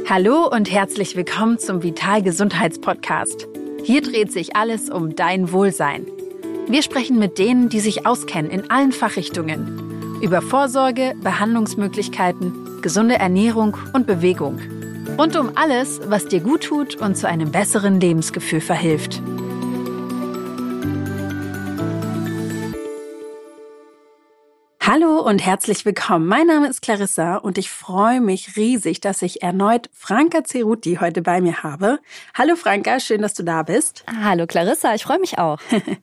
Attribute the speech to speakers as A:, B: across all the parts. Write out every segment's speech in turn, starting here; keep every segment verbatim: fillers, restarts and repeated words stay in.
A: Hallo und herzlich willkommen zum Vital Gesundheitspodcast. Hier dreht sich alles um dein Wohlsein. Wir sprechen mit denen, die sich auskennen in allen Fachrichtungen. Über Vorsorge, Behandlungsmöglichkeiten, gesunde Ernährung und Bewegung. Rund um alles, was dir gut tut und zu einem besseren Lebensgefühl verhilft. Hallo und herzlich willkommen. Mein Name ist Clarissa und ich freue mich riesig, dass ich erneut Franka Cerutti heute bei mir habe. Hallo Franka, schön, dass du da bist.
B: Hallo Clarissa, ich freue mich auch.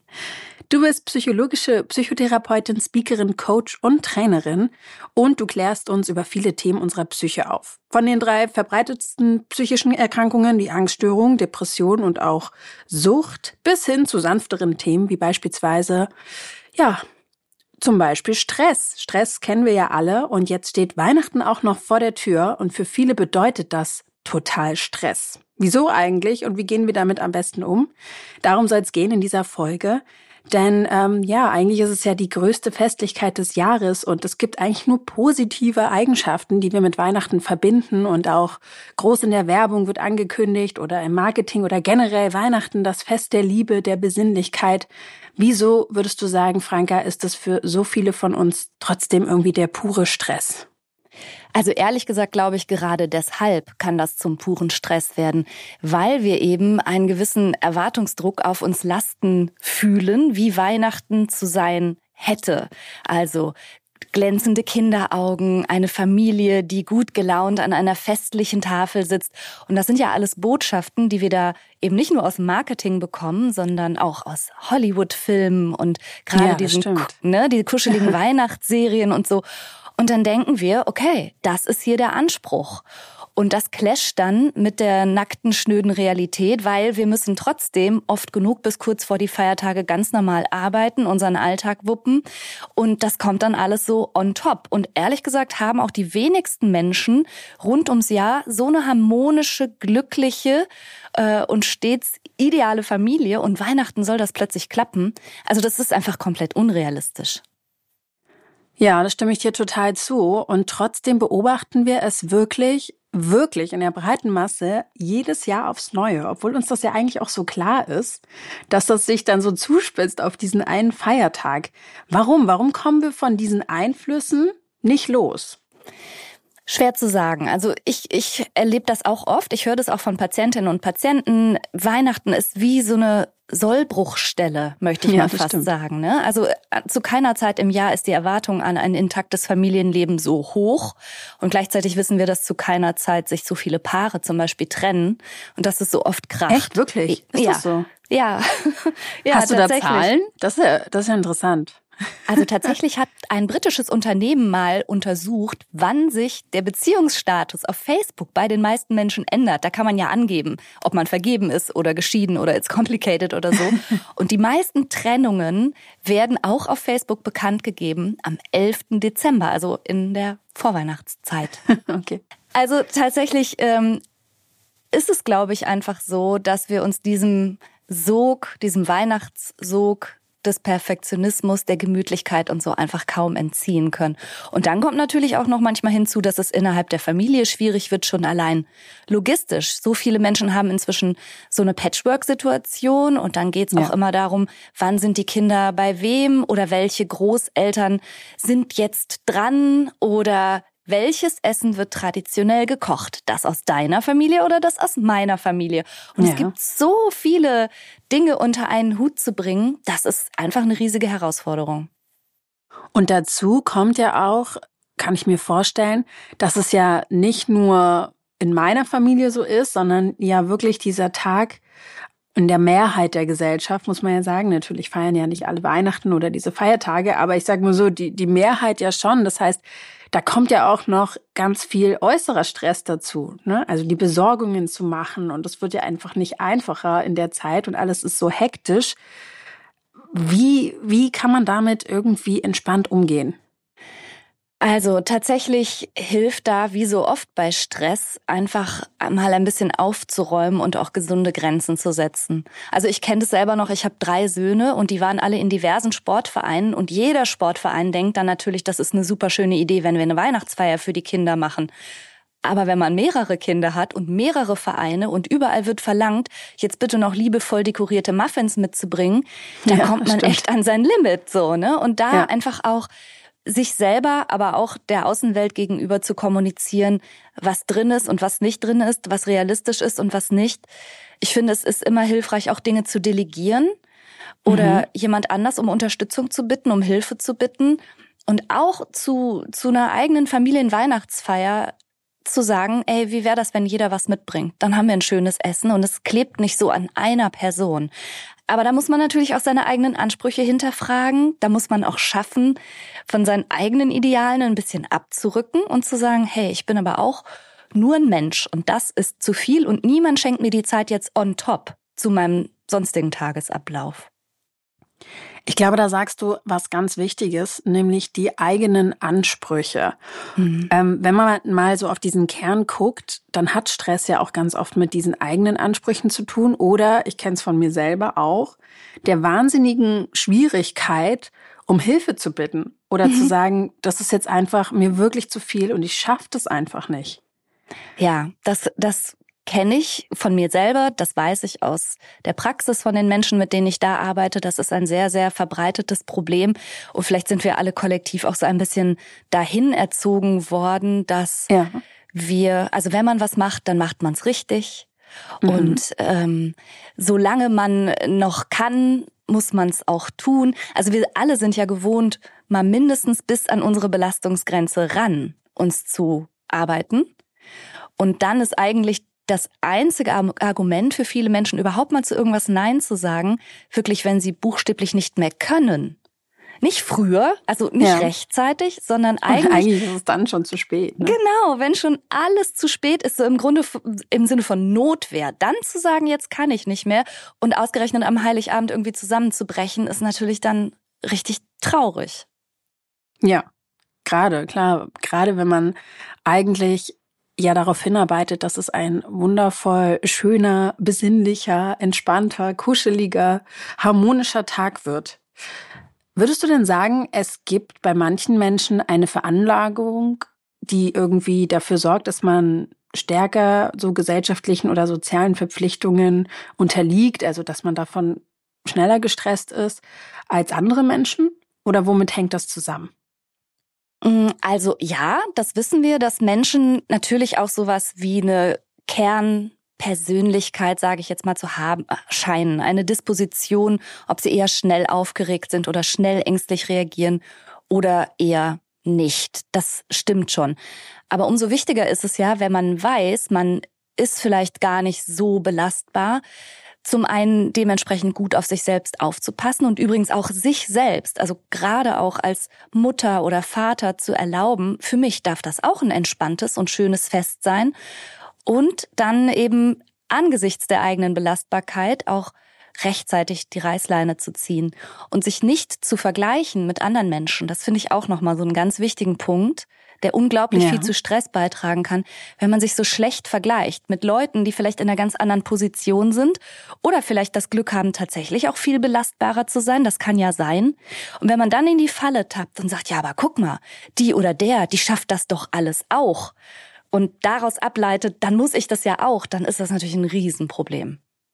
A: Du bist psychologische Psychotherapeutin, Speakerin, Coach und Trainerin und du klärst uns über viele Themen unserer Psyche auf. Von den drei verbreitetsten psychischen Erkrankungen wie Angststörung, Depression und auch Sucht bis hin zu sanfteren Themen wie beispielsweise, ja, zum Beispiel Stress. Stress kennen wir ja alle und jetzt steht Weihnachten auch noch vor der Tür und für viele bedeutet das total Stress. Wieso eigentlich und wie gehen wir damit am besten um? Darum soll es gehen in dieser Folge. Denn ähm, ja, eigentlich ist es ja die größte Festlichkeit des Jahres und es gibt eigentlich nur positive Eigenschaften, die wir mit Weihnachten verbinden und auch groß in der Werbung wird angekündigt oder im Marketing oder generell Weihnachten das Fest der Liebe, der Besinnlichkeit. Wieso würdest du sagen, Franka, ist das für so viele von uns trotzdem irgendwie der pure Stress?
B: Also ehrlich gesagt glaube ich, gerade deshalb kann das zum puren Stress werden, weil wir eben einen gewissen Erwartungsdruck auf uns lasten fühlen, wie Weihnachten zu sein hätte. Also glänzende Kinderaugen, eine Familie, die gut gelaunt an einer festlichen Tafel sitzt. Und das sind ja alles Botschaften, die wir da eben nicht nur aus dem Marketing bekommen, sondern auch aus Hollywood-Filmen und gerade
A: ja,
B: diesen, ne, die kuscheligen Weihnachtsserien und so. Und dann denken wir, okay, das ist hier der Anspruch. Und das clasht dann mit der nackten, schnöden Realität, weil wir müssen trotzdem oft genug bis kurz vor die Feiertage ganz normal arbeiten, unseren Alltag wuppen. Und das kommt dann alles so on top. Und ehrlich gesagt haben auch die wenigsten Menschen rund ums Jahr so eine harmonische, glückliche äh, und stets ideale Familie. Und Weihnachten soll das plötzlich klappen. Also das ist einfach komplett unrealistisch.
A: Ja, das stimme ich dir total zu. Und trotzdem beobachten wir es wirklich, wirklich in der breiten Masse jedes Jahr aufs Neue. Obwohl uns das ja eigentlich auch so klar ist, dass das sich dann so zuspitzt auf diesen einen Feiertag. Warum? Warum kommen wir von diesen Einflüssen nicht los?
B: Schwer zu sagen. Also ich, ich erlebe das auch oft. Ich höre das auch von Patientinnen und Patienten. Weihnachten ist wie so eine Sollbruchstelle, möchte ich
A: ja,
B: mal fast
A: stimmt.
B: sagen. Ne? Also zu keiner Zeit im Jahr ist die Erwartung an ein intaktes Familienleben so hoch. Und gleichzeitig wissen wir, dass zu keiner Zeit sich so viele Paare zum Beispiel trennen und dass es so oft kracht.
A: Echt? Wirklich? Ist
B: ja.
A: das so?
B: Ja. ja.
A: Hast du da Zahlen? Das ist ja, das ist ja interessant.
B: Also tatsächlich hat ein britisches Unternehmen mal untersucht, wann sich der Beziehungsstatus auf Facebook bei den meisten Menschen ändert. Da kann man ja angeben, ob man vergeben ist oder geschieden oder it's complicated oder so. Und die meisten Trennungen werden auch auf Facebook bekannt gegeben am elften Dezember, also in der Vorweihnachtszeit.
A: Okay.
B: Also tatsächlich ähm, ist es, glaube ich, einfach so, dass wir uns diesem Sog, diesem Weihnachtssog des Perfektionismus, der Gemütlichkeit und so einfach kaum entziehen können. Und dann kommt natürlich auch noch manchmal hinzu, dass es innerhalb der Familie schwierig wird, schon allein logistisch. So viele Menschen haben inzwischen so eine Patchwork-Situation und dann geht's ja. auch immer darum, wann sind die Kinder bei wem oder welche Großeltern sind jetzt dran oder welches Essen wird traditionell gekocht? Das aus deiner Familie oder das aus meiner Familie? Und ja. es gibt so viele Dinge unter einen Hut zu bringen, das ist einfach eine riesige Herausforderung.
A: Und dazu kommt ja auch, kann ich mir vorstellen, dass es ja nicht nur in meiner Familie so ist, sondern ja wirklich dieser Tag in der Mehrheit der Gesellschaft, muss man ja sagen, natürlich feiern ja nicht alle Weihnachten oder diese Feiertage, aber ich sage mal so, die, die Mehrheit ja schon. Das heißt, da kommt ja auch noch ganz viel äußerer Stress dazu, ne? Also die Besorgungen zu machen und es wird ja einfach nicht einfacher in der Zeit und alles ist so hektisch. Wie, wie kann man damit irgendwie entspannt umgehen?
B: Also tatsächlich hilft da, wie so oft bei Stress, einfach mal ein bisschen aufzuräumen und auch gesunde Grenzen zu setzen. Also ich kenne das selber noch, ich habe drei Söhne und die waren alle in diversen Sportvereinen und jeder Sportverein denkt dann natürlich, das ist eine super schöne Idee, wenn wir eine Weihnachtsfeier für die Kinder machen. Aber wenn man mehrere Kinder hat und mehrere Vereine und überall wird verlangt, jetzt bitte noch liebevoll dekorierte Muffins mitzubringen, dann ja, kommt man stimmt. echt an sein Limit, so, ne? Und da ja. einfach auch sich selber, aber auch der Außenwelt gegenüber zu kommunizieren, was drin ist und was nicht drin ist, was realistisch ist und was nicht. Ich finde, es ist immer hilfreich, auch Dinge zu delegieren oder mhm. jemand anders um Unterstützung zu bitten, um Hilfe zu bitten und auch zu zu einer eigenen Familienweihnachtsfeier zu sagen, ey, wie wäre das, wenn jeder was mitbringt? Dann haben wir ein schönes Essen und es klebt nicht so an einer Person. Aber da muss man natürlich auch seine eigenen Ansprüche hinterfragen. Da muss man auch schaffen, von seinen eigenen Idealen ein bisschen abzurücken und zu sagen, hey, ich bin aber auch nur ein Mensch und das ist zu viel und niemand schenkt mir die Zeit jetzt on top zu meinem sonstigen Tagesablauf.
A: Ich glaube, da sagst du was ganz Wichtiges, nämlich die eigenen Ansprüche. Mhm. Ähm, wenn man mal so auf diesen Kern guckt, dann hat Stress ja auch ganz oft mit diesen eigenen Ansprüchen zu tun oder, ich kenne es von mir selber auch, der wahnsinnigen Schwierigkeit, um Hilfe zu bitten oder mhm. zu sagen, das ist jetzt einfach mir wirklich zu viel und ich schaffe das einfach nicht.
B: Ja, das das kenne ich von mir selber, das weiß ich aus der Praxis von den Menschen, mit denen ich da arbeite. Das ist ein sehr, sehr verbreitetes Problem. Und vielleicht sind wir alle kollektiv auch so ein bisschen dahin erzogen worden, dass ja. wir, also wenn man was macht, dann macht man es richtig. Mhm. Und ähm, solange man noch kann, muss man es auch tun. Also wir alle sind ja gewohnt, mal mindestens bis an unsere Belastungsgrenze ran, uns zu arbeiten. Und dann ist eigentlich das einzige Argument für viele Menschen, überhaupt mal zu irgendwas Nein zu sagen, wirklich, wenn sie buchstäblich nicht mehr können. Nicht früher, also nicht ja. rechtzeitig, sondern eigentlich... Und
A: eigentlich ist es dann schon zu spät. Ne?
B: Genau, wenn schon alles zu spät ist, so im Grunde im Sinne von Notwehr, dann zu sagen, jetzt kann ich nicht mehr und ausgerechnet am Heiligabend irgendwie zusammenzubrechen, ist natürlich dann richtig traurig.
A: Ja, gerade, klar, gerade wenn man eigentlich ja darauf hinarbeitet, dass es ein wundervoll schöner, besinnlicher, entspannter, kuscheliger, harmonischer Tag wird. Würdest du denn sagen, es gibt bei manchen Menschen eine Veranlagung, die irgendwie dafür sorgt, dass man stärker so gesellschaftlichen oder sozialen Verpflichtungen unterliegt, also dass man davon schneller gestresst ist als andere Menschen? Oder womit hängt das zusammen?
B: Also ja, das wissen wir, dass Menschen natürlich auch sowas wie eine Kernpersönlichkeit, sage ich jetzt mal, zu haben scheinen. Eine Disposition, ob sie eher schnell aufgeregt sind oder schnell ängstlich reagieren oder eher nicht. Das stimmt schon. Aber umso wichtiger ist es ja, wenn man weiß, man ist vielleicht gar nicht so belastbar, zum einen dementsprechend gut auf sich selbst aufzupassen und übrigens auch sich selbst, also gerade auch als Mutter oder Vater zu erlauben, für mich darf das auch ein entspanntes und schönes Fest sein und dann eben angesichts der eigenen Belastbarkeit auch rechtzeitig die Reißleine zu ziehen und sich nicht zu vergleichen mit anderen Menschen. Das finde ich auch nochmal so einen ganz wichtigen Punkt, der unglaublich ja. viel zu Stress beitragen kann, wenn man sich so schlecht vergleicht mit Leuten, die vielleicht in einer ganz anderen Position sind oder vielleicht das Glück haben, tatsächlich auch viel belastbarer zu sein. Das kann ja sein. Und wenn man dann in die Falle tappt und sagt, ja, aber guck mal, die oder der, die schafft das doch alles auch und daraus ableitet, dann muss ich das ja auch, dann ist das natürlich ein Riesenproblem.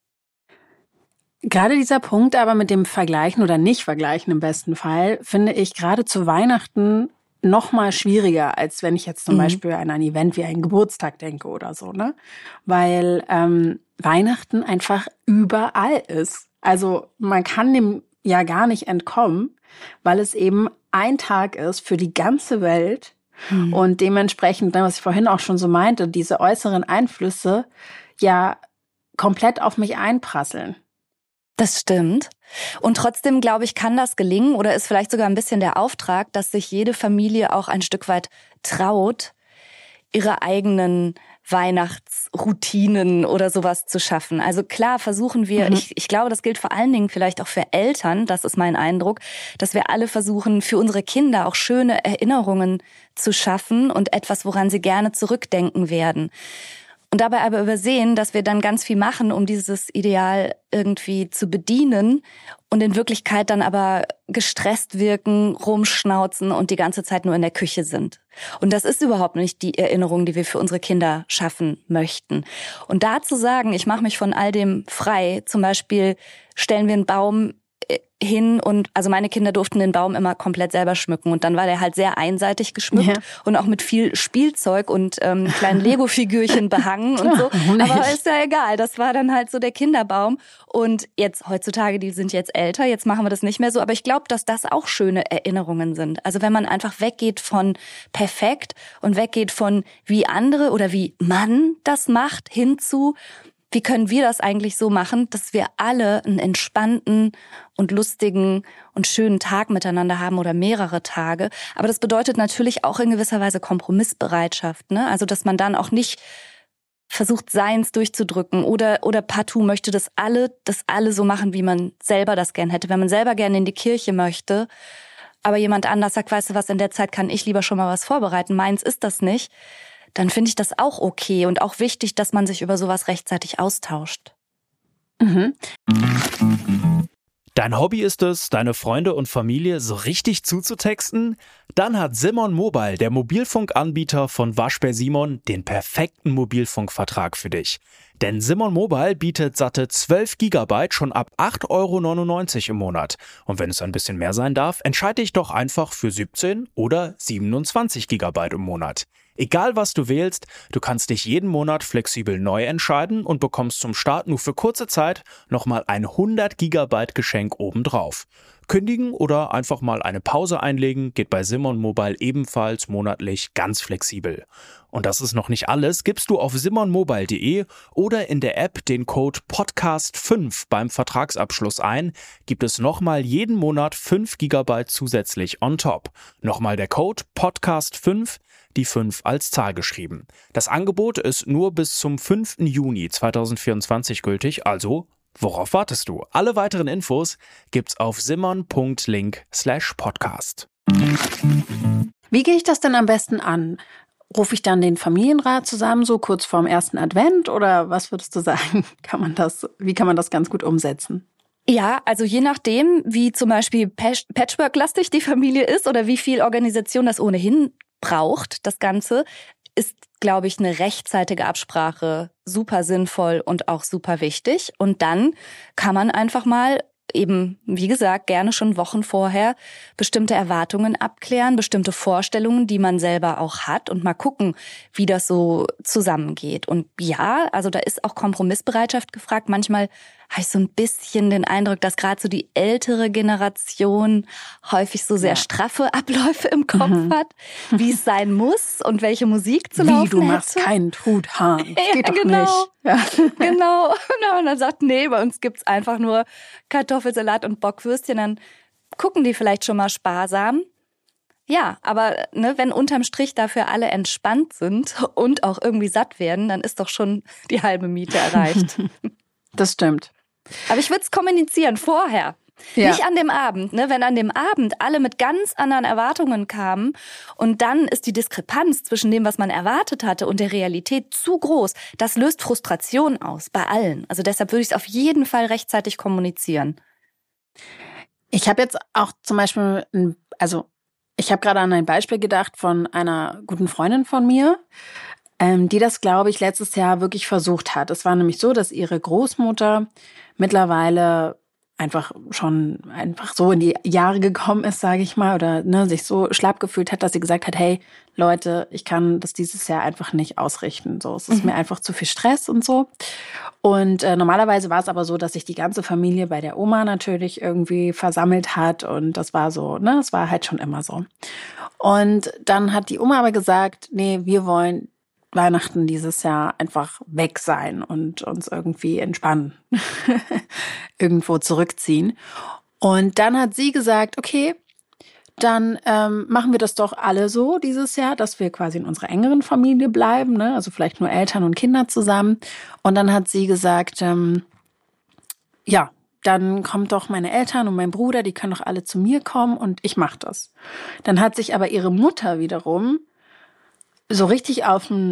A: Gerade dieser Punkt aber mit dem Vergleichen oder Nicht-Vergleichen im besten Fall, finde ich gerade zu Weihnachten noch mal schwieriger, als wenn ich jetzt zum mhm. Beispiel an ein Event wie einen Geburtstag denke oder so, ne? Weil ähm, Weihnachten einfach überall ist. Also man kann dem ja gar nicht entkommen, weil es eben ein Tag ist für die ganze Welt mhm. und dementsprechend, was ich vorhin auch schon so meinte, diese äußeren Einflüsse ja komplett auf mich einprasseln.
B: Das stimmt. Und trotzdem, glaube ich, kann das gelingen oder ist vielleicht sogar ein bisschen der Auftrag, dass sich jede Familie auch ein Stück weit traut, ihre eigenen Weihnachtsroutinen oder sowas zu schaffen. Also klar versuchen wir, mhm. ich, ich glaube, das gilt vor allen Dingen vielleicht auch für Eltern, das ist mein Eindruck, dass wir alle versuchen, für unsere Kinder auch schöne Erinnerungen zu schaffen und etwas, woran sie gerne zurückdenken werden. Und dabei aber übersehen, dass wir dann ganz viel machen, um dieses Ideal irgendwie zu bedienen und in Wirklichkeit dann aber gestresst wirken, rumschnauzen und die ganze Zeit nur in der Küche sind. Und das ist überhaupt nicht die Erinnerung, die wir für unsere Kinder schaffen möchten. Und da zu sagen, ich mache mich von all dem frei, zum Beispiel stellen wir einen Baum hin und also meine Kinder durften den Baum immer komplett selber schmücken und dann war der halt sehr einseitig geschmückt ja. und auch mit viel Spielzeug und ähm, kleinen Lego-Figürchen behangen und so. Aber ist ja egal, das war dann halt so der Kinderbaum und jetzt heutzutage, die sind jetzt älter, jetzt machen wir das nicht mehr so, aber ich glaube, dass das auch schöne Erinnerungen sind. Also wenn man einfach weggeht von perfekt und weggeht von wie andere oder wie man das macht, hinzu wie können wir das eigentlich so machen, dass wir alle einen entspannten und lustigen und schönen Tag miteinander haben oder mehrere Tage. Aber das bedeutet natürlich auch in gewisser Weise Kompromissbereitschaft, ne? Also, dass man dann auch nicht versucht, seins durchzudrücken oder, oder partout möchte, dass alle, das alle so machen, wie man selber das gern hätte. Wenn man selber gerne in die Kirche möchte, aber jemand anders sagt, weißt du was, in der Zeit kann ich lieber schon mal was vorbereiten. Meins ist das nicht. Dann finde ich das auch okay und auch wichtig, dass man sich über sowas rechtzeitig austauscht.
A: Mhm.
C: Dein Hobby ist es, deine Freunde und Familie so richtig zuzutexten? Dann hat Simon Mobile, der Mobilfunkanbieter von Waschbär Simon, den perfekten Mobilfunkvertrag für dich. Denn Simon Mobile bietet satte zwölf Gigabyte schon ab acht Euro neunundneunzig im Monat. Und wenn es ein bisschen mehr sein darf, entscheide dich doch einfach für siebzehn oder siebenundzwanzig Gigabyte im Monat. Egal was du wählst, du kannst dich jeden Monat flexibel neu entscheiden und bekommst zum Start nur für kurze Zeit nochmal ein hundert Gigabyte Geschenk obendrauf. Kündigen oder einfach mal eine Pause einlegen geht bei Simon Mobile ebenfalls monatlich ganz flexibel. Und das ist noch nicht alles. Gibst du auf simon mobile punkt de oder in der App den Code Podcast fünf beim Vertragsabschluss ein, gibt es nochmal jeden Monat fünf Gigabyte zusätzlich on top. Nochmal der Code Podcast fünf, die fünf als Zahl geschrieben. Das Angebot ist nur bis zum fünften Juni zweitausendvierundzwanzig gültig, also worauf wartest du? Alle weiteren Infos gibt's auf simon.link slash podcast.
A: Wie gehe ich das denn am besten an? Rufe ich dann den Familienrat zusammen, so kurz vorm ersten Advent? Oder was würdest du sagen? Kann man das, wie kann man das ganz gut umsetzen?
B: Ja, also je nachdem, wie zum Beispiel Patchwork-lastig die Familie ist oder wie viel Organisation das ohnehin braucht, das Ganze, ist, glaube ich, eine rechtzeitige Absprache super sinnvoll und auch super wichtig. Und dann kann man einfach mal eben, wie gesagt, gerne schon Wochen vorher bestimmte Erwartungen abklären, bestimmte Vorstellungen, die man selber auch hat und mal gucken, wie das so zusammengeht. Und ja, also da ist auch Kompromissbereitschaft gefragt. Manchmal habe ich so ein bisschen den Eindruck, dass gerade so die ältere Generation häufig so sehr ja. straffe Abläufe im Kopf mhm. hat, wie es sein muss und welche Musik zu
A: wie,
B: laufen
A: du
B: hätte.
A: machst keinen Truthahn.
B: Ja,
A: geht doch
B: genau.
A: nicht. Ja.
B: Genau. Und dann sagt, nee, bei uns gibt's einfach nur Kartoffelsalat und Bockwürstchen. Dann gucken die vielleicht schon mal sparsam. Ja, aber ne, wenn unterm Strich dafür alle entspannt sind und auch irgendwie satt werden, dann ist doch schon die halbe Miete erreicht.
A: Das stimmt.
B: Aber ich würde es kommunizieren vorher. Ja. Nicht an dem Abend. Ne? Wenn an dem Abend alle mit ganz anderen Erwartungen kamen und dann ist die Diskrepanz zwischen dem, was man erwartet hatte und der Realität zu groß, das löst Frustration aus bei allen. Also deshalb würde ich es auf jeden Fall rechtzeitig kommunizieren.
A: Ich habe jetzt auch zum Beispiel, ein, also ich habe gerade an ein Beispiel gedacht von einer guten Freundin von mir, ähm, die das, glaube ich, letztes Jahr wirklich versucht hat. Es war nämlich so, dass ihre Großmutter mittlerweile einfach schon einfach so in die Jahre gekommen ist, sage ich mal, oder ne, sich so schlapp gefühlt hat, dass sie gesagt hat, hey Leute, ich kann das dieses Jahr einfach nicht ausrichten. So, es ist mhm. mir einfach zu viel Stress und so. Und äh, normalerweise war es aber so, dass sich die ganze Familie bei der Oma natürlich irgendwie versammelt hat und das war so, ne, es war halt schon immer so. Und dann hat die Oma aber gesagt, nee, wir wollen Weihnachten dieses Jahr einfach weg sein und uns irgendwie entspannen, irgendwo zurückziehen. Und dann hat sie gesagt, okay, dann ähm, machen wir das doch alle so dieses Jahr, dass wir quasi in unserer engeren Familie bleiben, ne? Also vielleicht nur Eltern und Kinder zusammen. Und dann hat sie gesagt, ähm, ja, dann kommt doch meine Eltern und mein Bruder, die können doch alle zu mir kommen und ich mache das. Dann hat sich aber ihre Mutter wiederum so richtig auf den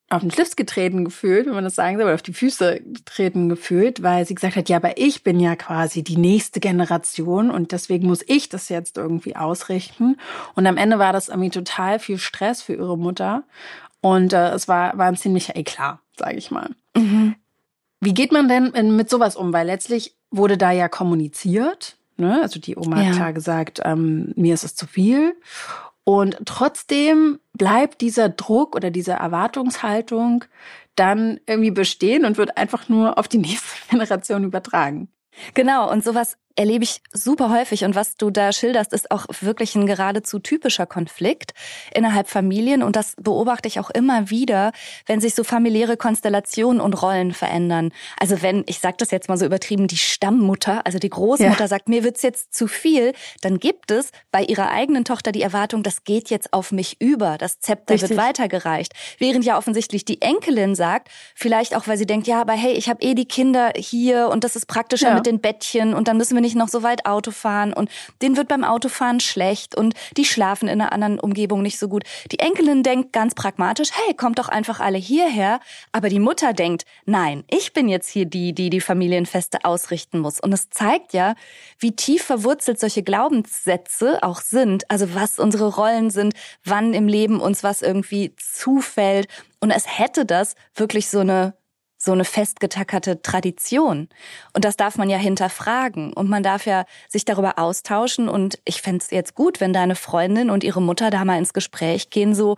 A: auf den Schlips getreten gefühlt, wenn man das sagen soll, oder auf die Füße getreten gefühlt, weil sie gesagt hat, ja, aber ich bin ja quasi die nächste Generation und deswegen muss ich das jetzt irgendwie ausrichten. Und am Ende war das irgendwie total viel Stress für ihre Mutter und äh, es war, war ein ziemlicher Eklat, sage ich mal.
B: Mhm.
A: Wie geht man denn mit sowas um? Weil letztlich wurde da ja kommuniziert, ne? Also die Oma
B: Ja.
A: hat klar gesagt, ähm, mir ist es zu viel. Und trotzdem bleibt dieser Druck oder diese Erwartungshaltung dann irgendwie bestehen und wird einfach nur auf die nächste Generation übertragen.
B: Genau, und sowas erlebe ich super häufig. Und was du da schilderst, ist auch wirklich ein geradezu typischer Konflikt innerhalb Familien. Und das beobachte ich auch immer wieder, wenn sich so familiäre Konstellationen und Rollen verändern. Also wenn, ich sage das jetzt mal so übertrieben, die Stammmutter, also die Großmutter, ja, sagt, mir wird's jetzt zu viel, dann gibt es bei ihrer eigenen Tochter die Erwartung, das geht jetzt auf mich über, das Zepter
A: Richtig.
B: wird weitergereicht. Während ja offensichtlich die Enkelin sagt, vielleicht auch, weil sie denkt, ja, aber hey, ich habe eh die Kinder hier und das ist praktischer
A: Ja.
B: mit den Bettchen und dann müssen wir nicht noch so weit Auto fahren und denen wird beim Autofahren schlecht und die schlafen in einer anderen Umgebung nicht so gut. Die Enkelin denkt ganz pragmatisch, hey, kommt doch einfach alle hierher. Aber die Mutter denkt, nein, ich bin jetzt hier die, die die Familienfeste ausrichten muss. Und es zeigt ja, wie tief verwurzelt solche Glaubenssätze auch sind, also was unsere Rollen sind, wann im Leben uns was irgendwie zufällt. Und es hätte das wirklich so eine so eine festgetackerte Tradition. Und das darf man ja hinterfragen. Und man darf ja sich darüber austauschen. Und ich fände es jetzt gut, wenn deine Freundin und ihre Mutter da mal ins Gespräch gehen, so,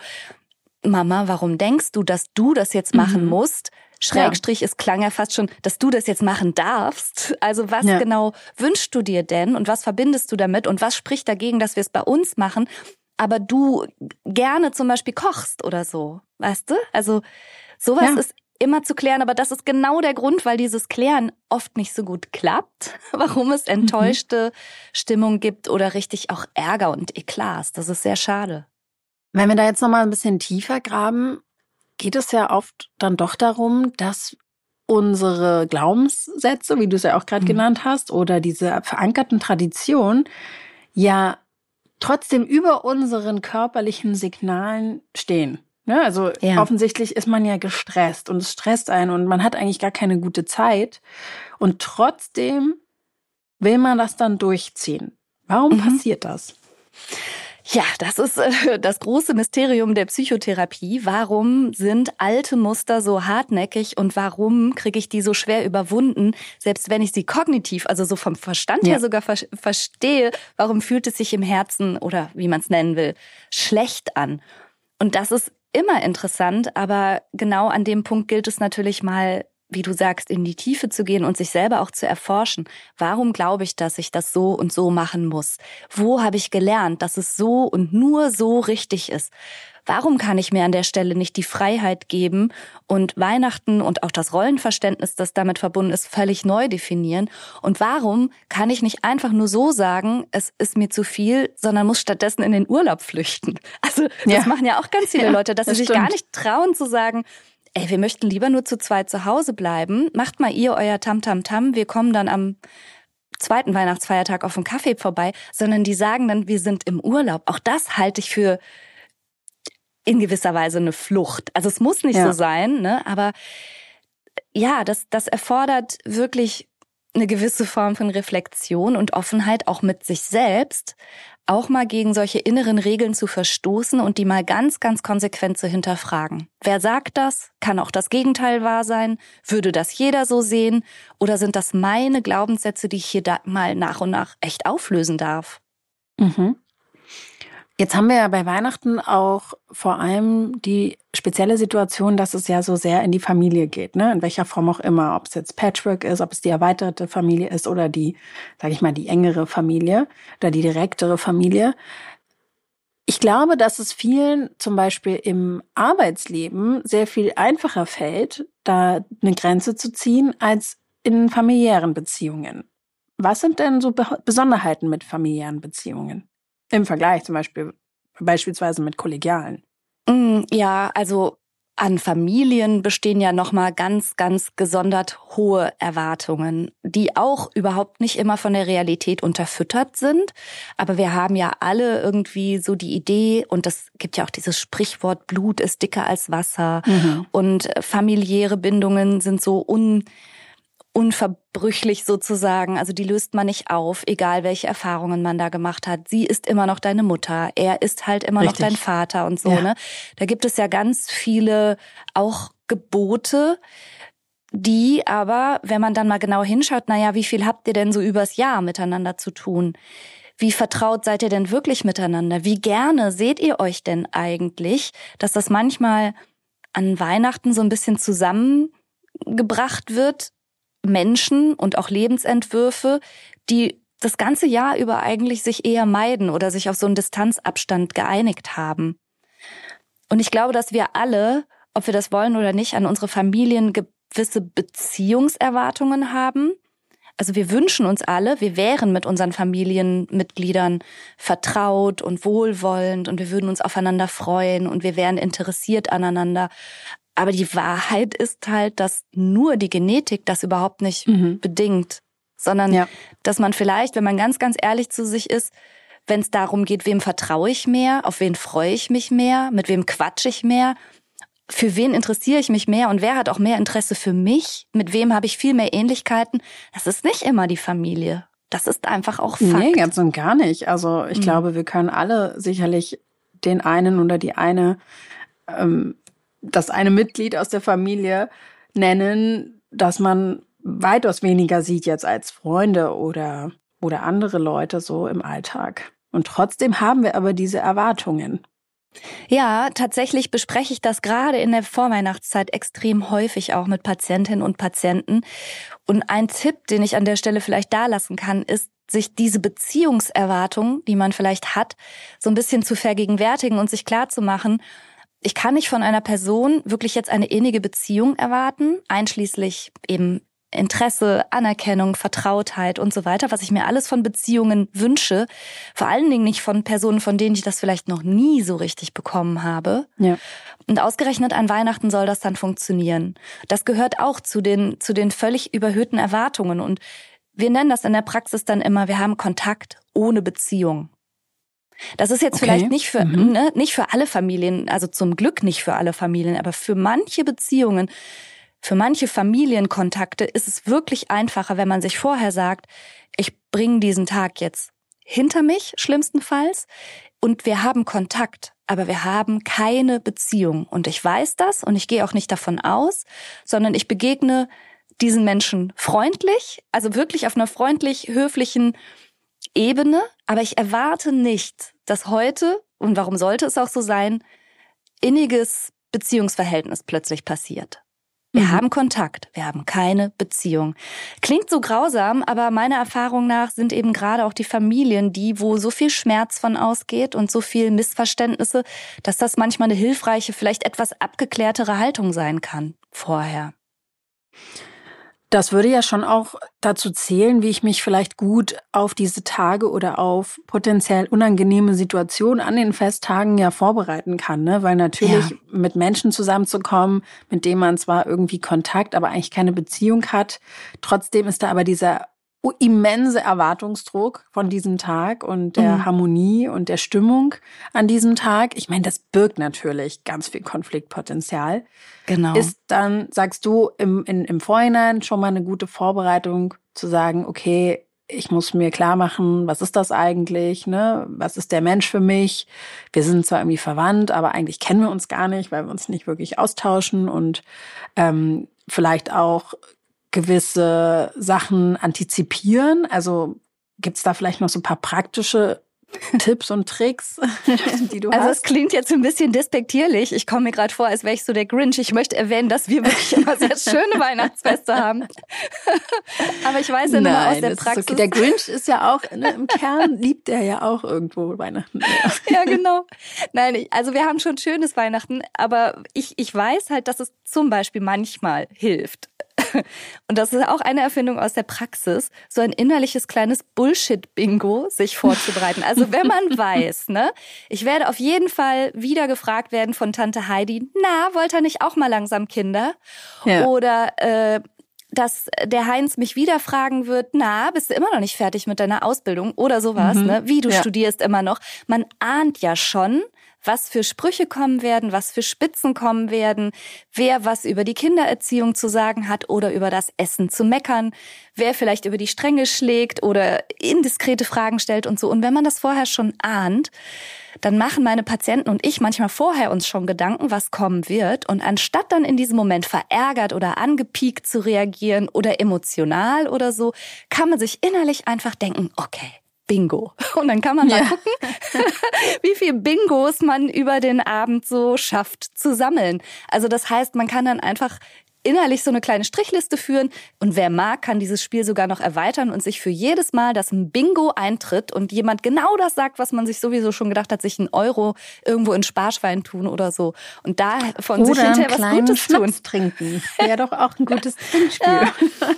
B: Mama, warum denkst du, dass du das jetzt machen mhm. musst? Schrägstrich, ja. Es klang ja fast schon, dass du das jetzt machen darfst. Also was ja. genau wünschst du dir denn? Und was verbindest du damit? Und was spricht dagegen, dass wir es bei uns machen? Aber du gerne zum Beispiel kochst oder so, weißt du? Also sowas ja. ist immer zu klären, aber das ist genau der Grund, weil dieses Klären oft nicht so gut klappt, warum es enttäuschte mhm. Stimmung gibt oder richtig auch Ärger und Eklats. Das ist sehr schade.
A: Wenn wir da jetzt nochmal ein bisschen tiefer graben, geht es ja oft dann doch darum, dass unsere Glaubenssätze, wie du es ja auch gerade mhm. genannt hast, oder diese verankerten Traditionen ja trotzdem über unseren körperlichen Signalen stehen. Ja, also ja. offensichtlich ist man ja gestresst und es stresst einen und man hat eigentlich gar keine gute Zeit und trotzdem will man das dann durchziehen. Warum mhm. passiert das?
B: Ja, das ist äh, das große Mysterium der Psychotherapie. Warum sind alte Muster so hartnäckig und warum kriege ich die so schwer überwunden, selbst wenn ich sie kognitiv, also so vom Verstand ja. her sogar ver- verstehe, warum fühlt es sich im Herzen oder wie man es nennen will, schlecht an? Und das ist immer interessant, aber genau an dem Punkt gilt es natürlich mal, wie du sagst, in die Tiefe zu gehen und sich selber auch zu erforschen. Warum glaube ich, dass ich das so und so machen muss? Wo habe ich gelernt, dass es so und nur so richtig ist? Warum kann ich mir an der Stelle nicht die Freiheit geben und Weihnachten und auch das Rollenverständnis, das damit verbunden ist, völlig neu definieren? Und warum kann ich nicht einfach nur so sagen, es ist mir zu viel, sondern muss stattdessen in den Urlaub flüchten? Also das ja. machen ja auch ganz viele ja, Leute, dass das sie sich stimmt. gar nicht trauen zu sagen, ey, wir möchten lieber nur zu zweit zu Hause bleiben. Macht mal ihr euer Tam-Tam-Tam, wir kommen dann am zweiten Weihnachtsfeiertag auf einen Kaffee vorbei, sondern die sagen dann, wir sind im Urlaub. Auch das halte ich für in gewisser Weise eine Flucht. Also es muss nicht ja. so sein, ne? Aber ja, das, das erfordert wirklich eine gewisse Form von Reflexion und Offenheit auch mit sich selbst, auch mal gegen solche inneren Regeln zu verstoßen und die mal ganz, ganz konsequent zu hinterfragen. Wer sagt das? Kann auch das Gegenteil wahr sein? Würde das jeder so sehen? Oder sind das meine Glaubenssätze, die ich hier da mal nach und nach echt auflösen darf?
A: Mhm. Jetzt haben wir ja bei Weihnachten auch vor allem die spezielle Situation, dass es ja so sehr in die Familie geht, ne? In welcher Form auch immer, ob es jetzt Patchwork ist, ob es die erweiterte Familie ist oder die, sage ich mal, die engere Familie oder die direktere Familie. Ich glaube, dass es vielen zum Beispiel im Arbeitsleben sehr viel einfacher fällt, da eine Grenze zu ziehen, als in familiären Beziehungen. Was sind denn so Be- Besonderheiten mit familiären Beziehungen? Im Vergleich zum Beispiel, beispielsweise mit kollegialen.
B: Ja, also An Familien bestehen ja nochmal ganz, ganz gesondert hohe Erwartungen, die auch überhaupt nicht immer von der Realität unterfüttert sind. Aber wir haben ja alle irgendwie so die Idee, und das gibt ja auch dieses Sprichwort, Blut ist dicker als Wasser. Mhm. Und familiäre Bindungen sind so un, unverbrüchlich sozusagen. Also die löst man nicht auf, egal welche Erfahrungen man da gemacht hat. Sie ist immer noch deine Mutter, er ist halt immer Richtig. Noch dein Vater und so. Ja. Ne? Da gibt es ja ganz viele auch Gebote, die aber, wenn man dann mal genau hinschaut, naja, wie viel habt ihr denn so übers Jahr miteinander zu tun? Wie vertraut seid ihr denn wirklich miteinander? Wie gerne seht ihr euch denn eigentlich, dass das manchmal an Weihnachten so ein bisschen zusammengebracht wird, Menschen und auch Lebensentwürfe, die das ganze Jahr über eigentlich sich eher meiden oder sich auf so einen Distanzabstand geeinigt haben. Und ich glaube, dass wir alle, ob wir das wollen oder nicht, an unsere Familien gewisse Beziehungserwartungen haben. Also wir wünschen uns alle, wir wären mit unseren Familienmitgliedern vertraut und wohlwollend und wir würden uns aufeinander freuen und wir wären interessiert aneinander. Aber die Wahrheit ist halt, dass nur die Genetik das überhaupt nicht mhm. bedingt, sondern ja. dass man vielleicht, wenn man ganz, ganz ehrlich zu sich ist, wenn es darum geht, wem vertraue ich mehr, auf wen freue ich mich mehr, mit wem quatsche ich mehr, für wen interessiere ich mich mehr und wer hat auch mehr Interesse für mich, mit wem habe ich viel mehr Ähnlichkeiten, das ist nicht immer die Familie. Das ist einfach auch Fakt.
A: Nee, ganz und gar nicht. Also ich mhm. glaube, wir können alle sicherlich den einen oder die eine ähm, das eine Mitglied aus der Familie nennen, dass man weitaus weniger sieht jetzt als Freunde oder, oder andere Leute so im Alltag. Und trotzdem haben wir aber diese Erwartungen.
B: Ja, tatsächlich bespreche ich das gerade in der Vorweihnachtszeit extrem häufig auch mit Patientinnen und Patienten. Und ein Tipp, den ich an der Stelle vielleicht dalassen kann, ist, sich diese Beziehungserwartungen, die man vielleicht hat, so ein bisschen zu vergegenwärtigen und sich klarzumachen, ich kann nicht von einer Person wirklich jetzt eine innige Beziehung erwarten, einschließlich eben Interesse, Anerkennung, Vertrautheit und so weiter, was ich mir alles von Beziehungen wünsche. Vor allen Dingen nicht von Personen, von denen ich das vielleicht noch nie so richtig bekommen habe. Ja. Und ausgerechnet an Weihnachten soll das dann funktionieren. Das gehört auch zu den, zu den völlig überhöhten Erwartungen. Und wir nennen das in der Praxis dann immer, wir haben Kontakt ohne Beziehung. Das ist jetzt okay. vielleicht nicht für, mhm. ne, nicht für alle Familien, also zum Glück nicht für alle Familien, aber für manche Beziehungen, für manche Familienkontakte ist es wirklich einfacher, wenn man sich vorher sagt, ich bringe diesen Tag jetzt hinter mich, schlimmstenfalls, und wir haben Kontakt, aber wir haben keine Beziehung. Und ich weiß das und ich gehe auch nicht davon aus, sondern ich begegne diesen Menschen freundlich, also wirklich auf einer freundlich, höflichen Ebene, aber ich erwarte nicht, dass heute, und warum sollte es auch so sein, inniges Beziehungsverhältnis plötzlich passiert. Wir mhm. haben Kontakt, wir haben keine Beziehung. Klingt so grausam, aber meiner Erfahrung nach sind eben gerade auch die Familien die, wo so viel Schmerz von ausgeht und so viel Missverständnisse, dass das manchmal eine hilfreiche, vielleicht etwas abgeklärtere Haltung sein kann vorher.
A: Das würde ja schon auch dazu zählen, wie ich mich vielleicht gut auf diese Tage oder auf potenziell unangenehme Situationen an den Festtagen ja vorbereiten kann, ne? Weil natürlich ja. mit Menschen zusammenzukommen, mit denen man zwar irgendwie Kontakt, aber eigentlich keine Beziehung hat, trotzdem ist da aber dieser immense Erwartungsdruck von diesem Tag und der mhm. Harmonie und der Stimmung an diesem Tag. Ich meine, das birgt natürlich ganz viel Konfliktpotenzial.
B: Genau.
A: Ist dann, sagst du, im, in, im Vorhinein schon mal eine gute Vorbereitung zu sagen, okay, ich muss mir klar machen, was ist das eigentlich, ne? Was ist der Mensch für mich? Wir sind zwar irgendwie verwandt, aber eigentlich kennen wir uns gar nicht, weil wir uns nicht wirklich austauschen und ähm, vielleicht auch gewisse Sachen antizipieren? Also gibt's da vielleicht noch so ein paar praktische Tipps und Tricks, die du
B: also
A: hast?
B: Also es klingt jetzt ein bisschen despektierlich. Ich komme mir gerade vor, als wäre ich so der Grinch. Ich möchte erwähnen, dass wir wirklich immer sehr schöne Weihnachtsfeste haben. Aber ich weiß ja nur aus der Praxis.
A: Okay. Der Grinch ist ja auch, ne, im Kern liebt er ja auch irgendwo Weihnachten.
B: Ja, genau. Nein, also wir haben schon schönes Weihnachten, aber ich, ich weiß halt, dass es zum Beispiel manchmal hilft. und das ist auch eine Erfindung aus der Praxis, so ein innerliches kleines Bullshit-Bingo sich vorzubereiten. Also wenn man weiß, ne, ich werde auf jeden Fall wieder gefragt werden von Tante Heidi, na, wollt ihr nicht auch mal langsam Kinder? Ja. Oder äh, dass der Heinz mich wieder fragen wird, na, bist du immer noch nicht fertig mit deiner Ausbildung oder sowas, mhm. ne? Wie, du ja. studierst immer noch. Man ahnt ja schon, was für Sprüche kommen werden, was für Spitzen kommen werden, wer was über die Kindererziehung zu sagen hat oder über das Essen zu meckern, wer vielleicht über die Stränge schlägt oder indiskrete Fragen stellt und so. Und wenn man das vorher schon ahnt, dann machen meine Patienten und ich manchmal vorher uns schon Gedanken, was kommen wird. Und anstatt dann in diesem Moment verärgert oder angepiekt zu reagieren oder emotional oder so, kann man sich innerlich einfach denken, okay, Bingo. Und dann kann man mal ja. gucken, wie viel Bingos man über den Abend so schafft zu sammeln. Also das heißt, man kann dann einfach innerlich so eine kleine Strichliste führen und wer mag, kann dieses Spiel sogar noch erweitern und sich für jedes Mal, dass ein Bingo eintritt und jemand genau das sagt, was man sich sowieso schon gedacht hat, sich einen Euro irgendwo in Sparschwein tun oder so und da von
A: oder
B: sich hinterher was Gutes
A: Schnaps
B: tun.
A: Trinken. Wäre doch auch ein gutes Trinkspiel.
B: Ja.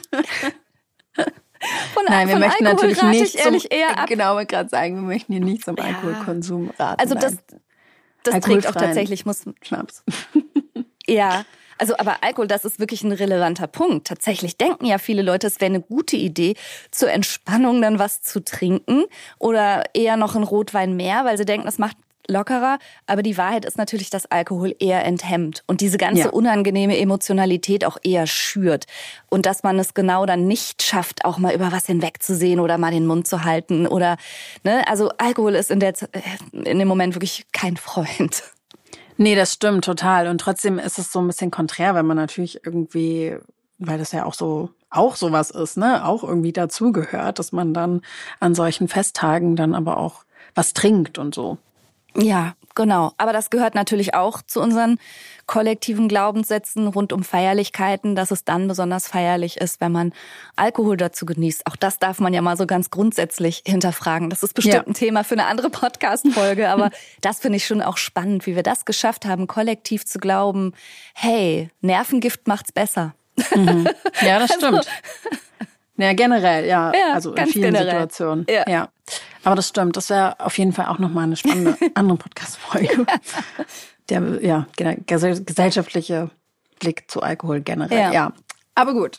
B: Von,
A: Nein, wir
B: von
A: möchten
B: Alkohol
A: natürlich
B: rate
A: nicht
B: ich ehrlich
A: zum,
B: eher ab.
A: Genau, ich gerade sagen, wir möchten hier nicht zum
B: Ja.
A: Alkoholkonsum raten.
B: Also das, das trägt auch tatsächlich, muss
A: Schnaps.
B: Ja, also aber Alkohol, das ist wirklich ein relevanter Punkt. Tatsächlich denken ja viele Leute, es wäre eine gute Idee, zur Entspannung dann was zu trinken oder eher noch einen Rotwein mehr, weil sie denken, das macht lockerer. Aber die Wahrheit ist natürlich, dass Alkohol eher enthemmt und diese ganze ja. unangenehme Emotionalität auch eher schürt. Und dass man es genau dann nicht schafft, auch mal über was hinwegzusehen oder mal den Mund zu halten oder, ne, also Alkohol ist in der, in dem Moment wirklich kein Freund.
A: Nee, das stimmt total. Und trotzdem ist es so ein bisschen konträr, wenn man natürlich irgendwie, weil das ja auch so, auch sowas ist, ne, auch irgendwie dazugehört, dass man dann an solchen Festtagen dann aber auch was trinkt und so.
B: Ja, genau. Aber das gehört natürlich auch zu unseren kollektiven Glaubenssätzen rund um Feierlichkeiten, dass es dann besonders feierlich ist, wenn man Alkohol dazu genießt. Auch das darf man ja mal so ganz grundsätzlich hinterfragen. Das ist bestimmt ja. ein Thema für eine andere Podcast-Folge, aber das finde ich schon auch spannend, wie wir das geschafft haben, kollektiv zu glauben, hey, Nervengift macht's besser.
A: Mhm. Ja, das stimmt. Also, ja, generell, ja.
B: ja
A: also in vielen
B: generell.
A: Situationen.
B: Ja.
A: ja. Aber das stimmt. Das wäre auf jeden Fall auch nochmal eine spannende andere Podcast-Folge. Der, ja, gesellschaftliche Blick zu Alkohol generell. Ja. ja. Aber gut.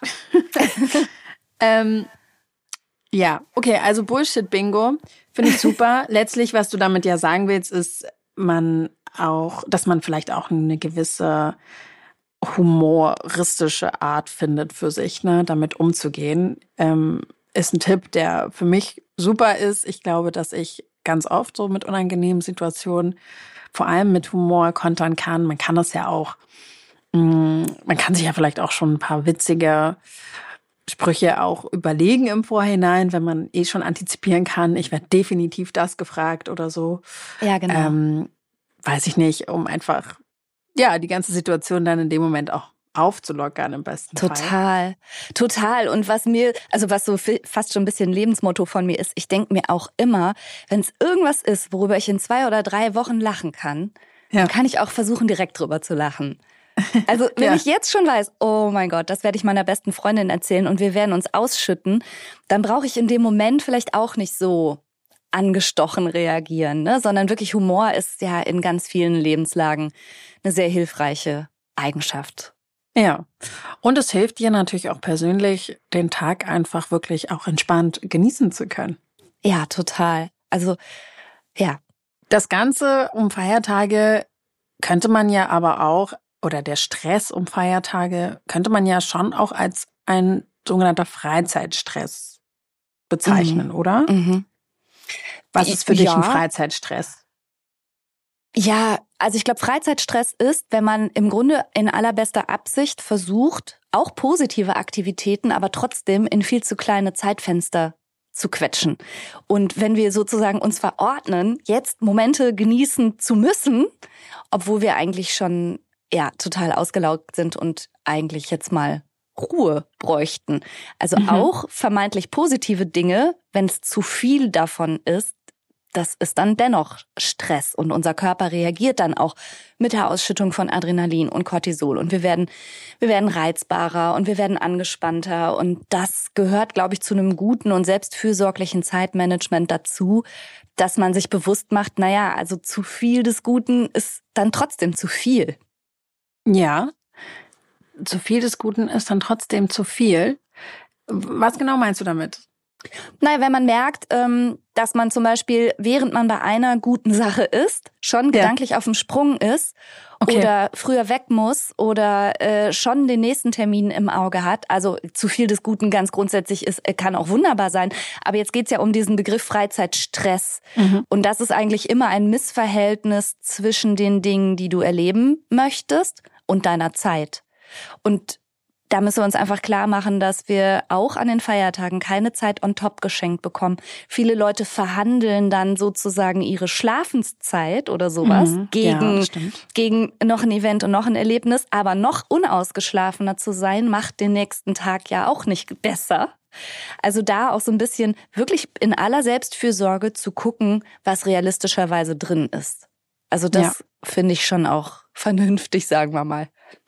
A: ähm, ja, okay. Also Bullshit-Bingo finde ich super. Letztlich, was du damit ja sagen willst, ist, man auch, dass man vielleicht auch eine gewisse humoristische Art findet für sich, ne, damit umzugehen, ähm, ist ein Tipp, der für mich super ist. Ich glaube, dass ich ganz oft so mit unangenehmen Situationen vor allem mit Humor kontern kann. Man kann das ja auch, mh, man kann sich ja vielleicht auch schon ein paar witzige Sprüche auch überlegen im Vorhinein, wenn man eh schon antizipieren kann, ich werde definitiv das gefragt oder so.
B: Ja, genau.
A: Ähm, weiß ich nicht, um einfach ja, die ganze Situation dann in dem Moment auch aufzulockern im besten
B: Total,
A: Fall.
B: Total. Und was mir, also was so fast schon ein bisschen Lebensmotto von mir ist, ich denke mir auch immer, wenn es irgendwas ist, worüber ich in zwei oder drei Wochen lachen kann, ja. dann kann ich auch versuchen, direkt drüber zu lachen. Also wenn ja. ich jetzt schon weiß, oh mein Gott, das werde ich meiner besten Freundin erzählen und wir werden uns ausschütten, dann brauche ich in dem Moment vielleicht auch nicht so angestochen reagieren, ne? Sondern wirklich Humor ist ja in ganz vielen Lebenslagen eine sehr hilfreiche Eigenschaft.
A: Ja, und es hilft dir natürlich auch persönlich, den Tag einfach wirklich auch entspannt genießen zu können.
B: Ja, total. Also, ja.
A: Das Ganze um Feiertage könnte man ja aber auch, oder der Stress um Feiertage, könnte man ja schon auch als ein sogenannter Freizeitstress bezeichnen,
B: mhm.
A: oder?
B: Mhm.
A: Was ist für dich
B: ja.
A: ein Freizeitstress?
B: Ja, also ich glaube, Freizeitstress ist, wenn man im Grunde in allerbester Absicht versucht, auch positive Aktivitäten, aber trotzdem in viel zu kleine Zeitfenster zu quetschen. Und wenn wir sozusagen uns verordnen, jetzt Momente genießen zu müssen, obwohl wir eigentlich schon ja total ausgelaugt sind und eigentlich jetzt mal Ruhe bräuchten. Also mhm. auch vermeintlich positive Dinge, wenn es zu viel davon ist, das ist dann dennoch Stress und unser Körper reagiert dann auch mit der Ausschüttung von Adrenalin und Cortisol und wir werden, wir werden reizbarer und wir werden angespannter und das gehört, glaube ich, zu einem guten und selbstfürsorglichen Zeitmanagement dazu, dass man sich bewusst macht, naja, also zu viel des Guten ist dann trotzdem zu viel.
A: Ja, zu viel des Guten ist dann trotzdem zu viel. Was genau meinst du damit?
B: Naja, wenn man merkt, dass man zum Beispiel, während man bei einer guten Sache ist, schon ja. gedanklich auf dem Sprung ist okay. oder früher weg muss oder äh, schon den nächsten Termin im Auge hat. Also zu viel des Guten ganz grundsätzlich ist, kann auch wunderbar sein. Aber jetzt geht's ja um diesen Begriff Freizeitstress. Mhm. Und das ist eigentlich immer ein Missverhältnis zwischen den Dingen, die du erleben möchtest und deiner Zeit. Und da müssen wir uns einfach klar machen, dass wir auch an den Feiertagen keine Zeit on top geschenkt bekommen. Viele Leute verhandeln dann sozusagen ihre Schlafenszeit oder sowas mhm, gegen, ja, gegen noch ein Event und noch ein Erlebnis. Aber noch unausgeschlafener zu sein, macht den nächsten Tag ja auch nicht besser. Also da auch so ein bisschen wirklich in aller Selbstfürsorge zu gucken, was realistischerweise drin ist. Also das ja. finde ich schon auch vernünftig, sagen wir mal.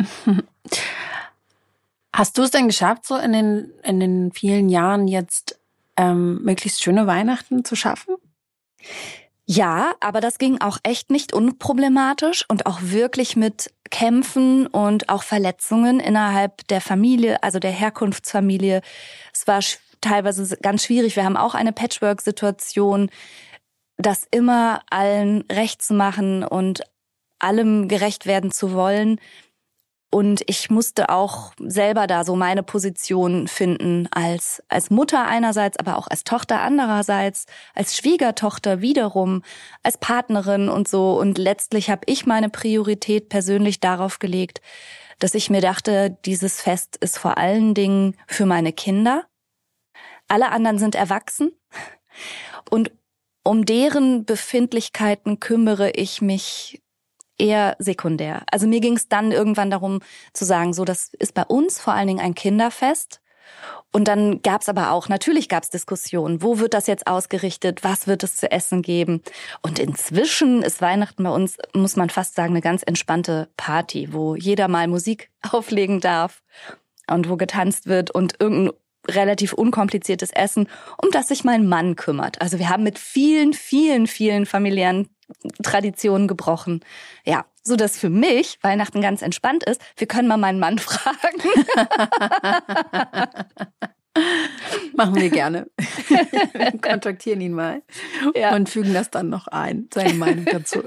A: Hast du es denn geschafft, so in den in den vielen Jahren jetzt ähm, möglichst schöne Weihnachten zu schaffen?
B: Ja, aber das ging auch echt nicht unproblematisch und auch wirklich mit Kämpfen und auch Verletzungen innerhalb der Familie, also der Herkunftsfamilie. Es war sch- teilweise ganz schwierig. Wir haben auch eine Patchwork-Situation, das immer allen recht zu machen und allem gerecht werden zu wollen. Und ich musste auch selber da so meine Position finden als als Mutter einerseits, aber auch als Tochter andererseits, als Schwiegertochter wiederum, als Partnerin und so. Und letztlich habe ich meine Priorität persönlich darauf gelegt, dass ich mir dachte, dieses Fest ist vor allen Dingen für meine Kinder. Alle anderen sind erwachsen und um deren Befindlichkeiten kümmere ich mich eher sekundär. Also mir ging es dann irgendwann darum zu sagen, so, das ist bei uns vor allen Dingen ein Kinderfest. Und dann gab es aber auch, natürlich gab es Diskussionen, wo wird das jetzt ausgerichtet, was wird es zu essen geben. Und inzwischen ist Weihnachten bei uns, muss man fast sagen, eine ganz entspannte Party, wo jeder mal Musik auflegen darf und wo getanzt wird und irgendein relativ unkompliziertes Essen, um das sich mein Mann kümmert. Also wir haben mit vielen, vielen, vielen familiären Traditionen gebrochen. Ja, so dass für mich Weihnachten ganz entspannt ist. Wir können mal meinen Mann fragen.
A: Machen wir gerne. Wir kontaktieren ihn mal ja. und fügen das dann noch ein, seine Meinung dazu.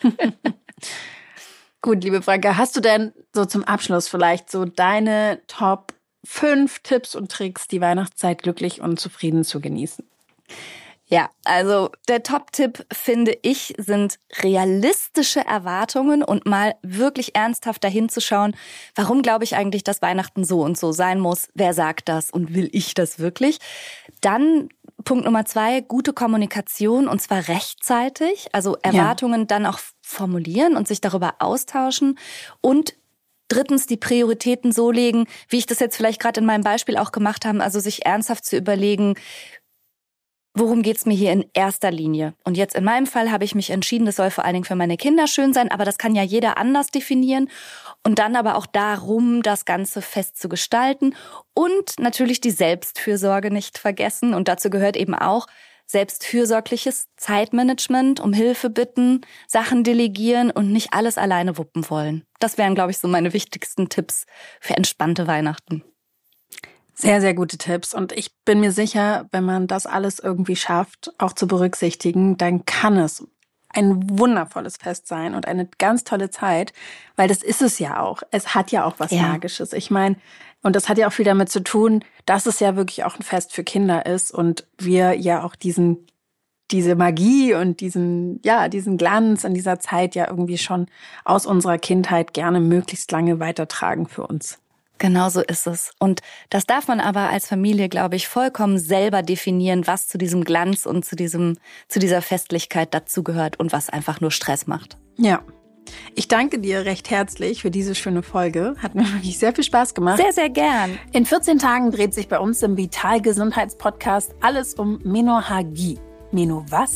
A: Gut, liebe Franka, hast du denn so zum Abschluss vielleicht so deine Top fünf Tipps und Tricks, die Weihnachtszeit glücklich und zufrieden zu genießen?
B: Ja, also der Top-Tipp, finde ich, sind realistische Erwartungen und mal wirklich ernsthaft dahin zu schauen, warum glaube ich eigentlich, dass Weihnachten so und so sein muss? Wer sagt das und will ich das wirklich? Dann Punkt Nummer zwei, gute Kommunikation und zwar rechtzeitig, also Erwartungen ja. dann auch formulieren und sich darüber austauschen und drittens, die Prioritäten so legen, wie ich das jetzt vielleicht gerade in meinem Beispiel auch gemacht habe, also sich ernsthaft zu überlegen, worum geht's mir hier in erster Linie? Und jetzt in meinem Fall habe ich mich entschieden, das soll vor allen Dingen für meine Kinder schön sein, aber das kann ja jeder anders definieren. Und dann aber auch darum, das Ganze fest zu gestalten und natürlich die Selbstfürsorge nicht vergessen. Und dazu gehört eben auch selbstfürsorgliches Zeitmanagement, um Hilfe bitten, Sachen delegieren und nicht alles alleine wuppen wollen. Das wären, glaube ich, so meine wichtigsten Tipps für entspannte Weihnachten.
A: Sehr, sehr gute Tipps. Und ich bin mir sicher, wenn man das alles irgendwie schafft, auch zu berücksichtigen, dann kann es ein wundervolles Fest sein und eine ganz tolle Zeit, weil das ist es ja auch. Es hat ja auch was ja. Magisches. Ich meine, und das hat ja auch viel damit zu tun, dass es ja wirklich auch ein Fest für Kinder ist und wir ja auch diesen, diese Magie und diesen, ja, diesen Glanz in dieser Zeit ja irgendwie schon aus unserer Kindheit gerne möglichst lange weitertragen für uns.
B: Genau so ist es. Und das darf man aber als Familie, glaube ich, vollkommen selber definieren, was zu diesem Glanz und zu diesem, zu dieser Festlichkeit dazugehört und was einfach nur Stress macht.
A: Ja. Ich danke dir recht herzlich für diese schöne Folge. Hat mir wirklich sehr viel Spaß gemacht.
B: Sehr, sehr gern.
A: In vierzehn Tagen dreht sich bei uns im Vital Gesundheitspodcast alles um Menorrhagie. Meno was?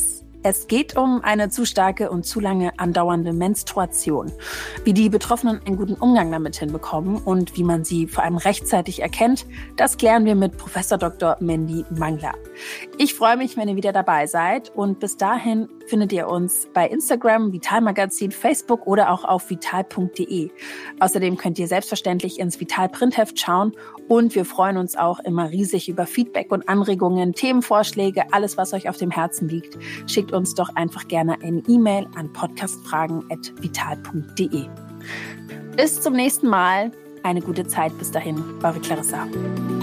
A: Es geht um eine zu starke und zu lange andauernde Menstruation, wie die Betroffenen einen guten Umgang damit hinbekommen und wie man sie vor allem rechtzeitig erkennt. Das klären wir mit Professor Doktor Mandy Mangler. Ich freue mich, wenn ihr wieder dabei seid und bis dahin findet ihr uns bei Instagram, Vital-Magazin, Facebook oder auch auf vital punkt de. Außerdem könnt ihr selbstverständlich ins Vital-Printheft schauen und wir freuen uns auch immer riesig über Feedback und Anregungen, Themenvorschläge, alles, was euch auf dem Herzen liegt. Schickt uns doch einfach gerne eine E-Mail an podcastfragen at vital punkt de. Bis zum nächsten Mal. Eine gute Zeit bis dahin. Eure Clarissa.